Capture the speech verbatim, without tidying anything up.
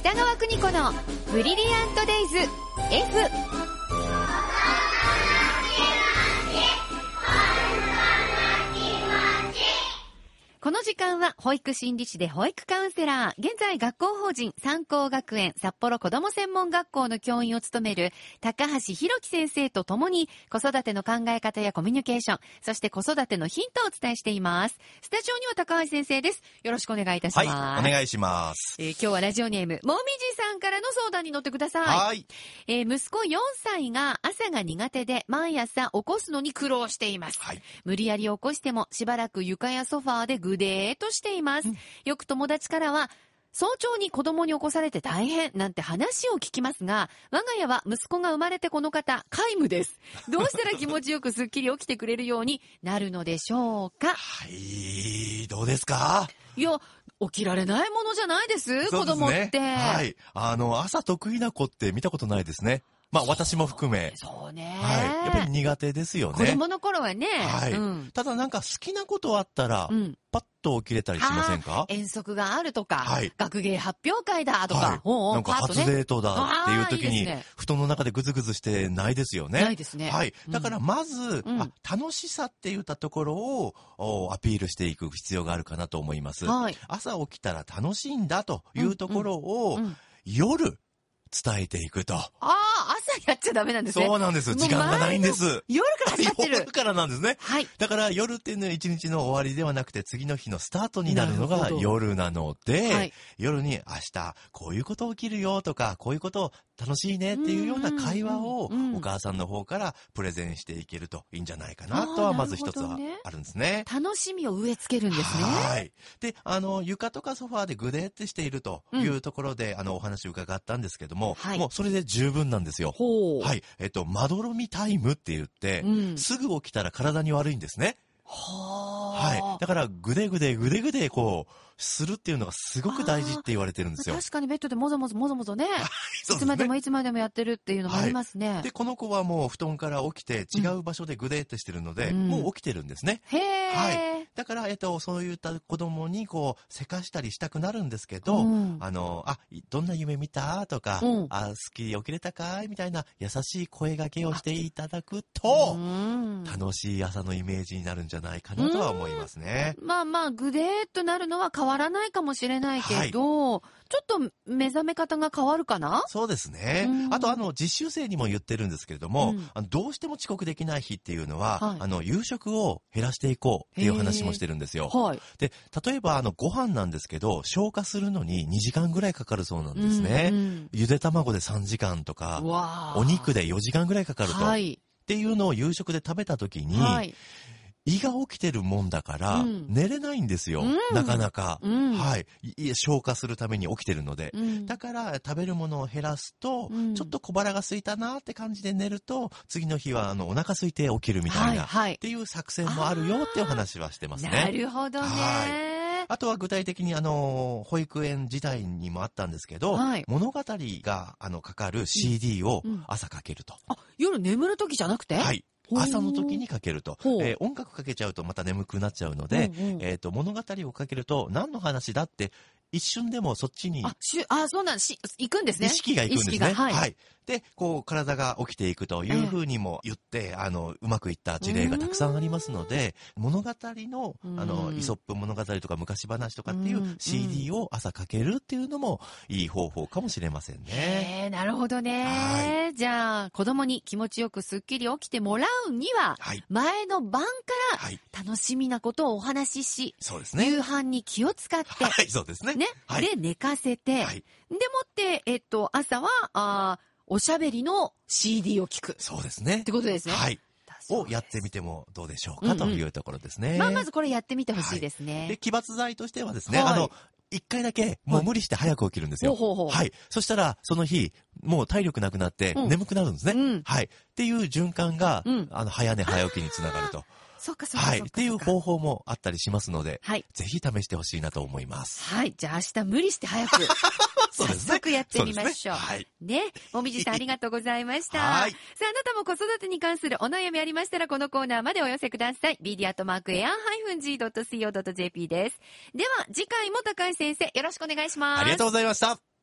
北川邦子のブリリアントデイズ F。 この時間は保育心理士で保育カウンセラー、現在学校法人三高学園札幌子ども専門学校の教員を務める高橋弘樹先生とともに、子育ての考え方やコミュニケーション、そして子育てのヒントをお伝えしています。スタジオには高橋先生です。よろしくお願いいたします。 はい、お願いします。 えー、今日はラジオネームもみじさんからの相談に乗ってください。 はい、 えー、息子よんさいが朝が苦手で毎朝起こすのに苦労しています。 はい、 無理やり起こしてもしばらく床やソファーでぐでーっとしています、うん、よく友達からは早朝に子供に起こされて大変なんて話を聞きますが、我が家は息子が生まれてこの方皆無です。どうしたら気持ちよくすっきり起きてくれるようになるのでしょうか。 はい、どうですか。 いや、起きられないものじゃないです、そうですね、子供って。 はい、あの朝得意な子って見たことないですね。まあ私も含め。 そうね。 はい。やっぱり苦手ですよね。 子供の頃はね。 はい。うん、ただなんか好きなことあったら、うん、パッと起きれたりしませんか？ 遠足があるとか、 はい、 学芸発表会だとか、はい、おうおうなんか初デートだっていう時に、いいね、 布団の中でグズグズしてないですよね。 ないですね。 はい。だからまず、 うん、 あ、楽しさって言ったところをアピールしていく必要があるかなと思います。はい、朝起きたら楽しいんだというところを、うんうんうん、夜伝えていくと。ああ、朝やっちゃダメなんですね。 そうなんです。時間がないんです。 夜から始まってる。 夜からなんですね。 はい。 だから夜っていうのは一日の終わりではなくて次の日のスタートになるのが夜なので、はい、夜に明日こういうこと起きるよとか、こういうこと楽しいねっていうような会話をお母さんの方からプレゼンしていけるといいんじゃないかなとはまず一つはあるんですね。 楽しみを植え付けるんですね。 はい。で、あの、床とかソファーでぐでってしているというところで、うん、あの、お話を伺ったんですけども、はい、もうそれで十分なんですよ。 ほう。 はい。えっと、まどろみタイムって言って、うん、すぐ起きたら体に悪いんですね。はい。だから、ぐでぐでぐでぐでこう、するっていうのがすごく大事って言われてるんですよ。 確かにベッドでもぞもぞもぞもぞね。はい、いつまでもいつまでもやってるっていうのもありますね。 はい、で、この子はもう布団から起きて違う場所でぐでってしてるので、うん、もう起きてるんですね。 へー。 はい。だから、えっと、そういった子供にこう、せかしたりしたくなるんですけど、うん、あの、あ、どんな夢見たとか、うん、あ、好き起きれたかいみたいな優しい声掛けをしていただくと、楽しい朝のイメージになるんじゃないかなとは思いますね。 まあまあ、ぐでーっとなるのは変わらないかもしれないけど、はい、ちょっと目覚め方が変わるかな？ そうですね。あと、あの、実習生にも言ってるんですけれども、うん、あのどうしても遅刻できない日っていうのは、はい、あの、夕食を減らしていこうっていう話もしてるんですよ。はい、で、例えば、あの、ご飯なんですけど、消化するのににじかんぐらいかかるそうなんですね。うんうん、ゆで卵でさんじかんとか、お肉でよじかんぐらいかかると。はい、っていうのを夕食で食べたときに、はい、胃が起きてるもんだから、うん、寝れないんですよ、うん、なかなか、うん、はい。消化するために起きてるので、うん、だから食べるものを減らすと、うん、ちょっと小腹が空いたなって感じで寝ると、次の日はあのお腹空いて起きるみたいな、はいはい、っていう作戦もあるよってお話はしてますね。 なるほどね。はい。 あとは具体的にあの保育園時代にもあったんですけど、はい、物語があのかかる シーディー を朝かけると、 うんうん、あ、夜眠る時じゃなくて？ はい。朝の時にかけると、えー、音楽かけちゃうとまた眠くなっちゃうので、うんうん、えーと、物語をかけると何の話だって一瞬でもそっちにあしあそうなんし行くんですね。 意識が行くんですね。 はい、 はい。で、こう体が起きていくというふうにも言って、えー、あのうまくいった事例がたくさんありますので、物語のあのイソップ物語とか昔話とかっていう シーディー を朝かけるっていうのもいい方法かもしれませんね。 へー、なるほどね。はい、じゃあ子供に気持ちよくすっきり起きてもらうには、はい、前の晩から楽しみなことをお話しし、 そうですね、 夕飯に気を使って、 はい、そうですね。 ね、 はい、 で寝かせて、はい、でもってえっと朝はあおしゃべりの シーディー を聞く。 そうですね。 ってことですね。 はい。をやってみてもどうでしょうか、うんうん、というところですね。 まあまずこれやってみてほしいですね。 はい、で、奇抜剤としてはですね、はい、あの、一回だけもう無理して早く起きるんですよ。はい。ほうほうほう。はい。そしたら、その日、もう体力なくなって眠くなるんですね。うん、はい。っていう循環が、うん、あの、早寝早起きにつながると。 そうかそうか。 はい。っていう方法もあったりしますので、はい、ぜひ試してほしいなと思います。 はい。じゃあ明日無理して早く。早速やってみましょう。うね、はい。ね。もみじさんありがとうございました。はい。さあ、あなたも子育てに関するお悩みありましたら、このコーナーまでお寄せください。ビーディー アットマークエアーハイフンジードットシーオードットジェーピー です。では、次回も高井先生、よろしくお願いします。 ありがとうございました。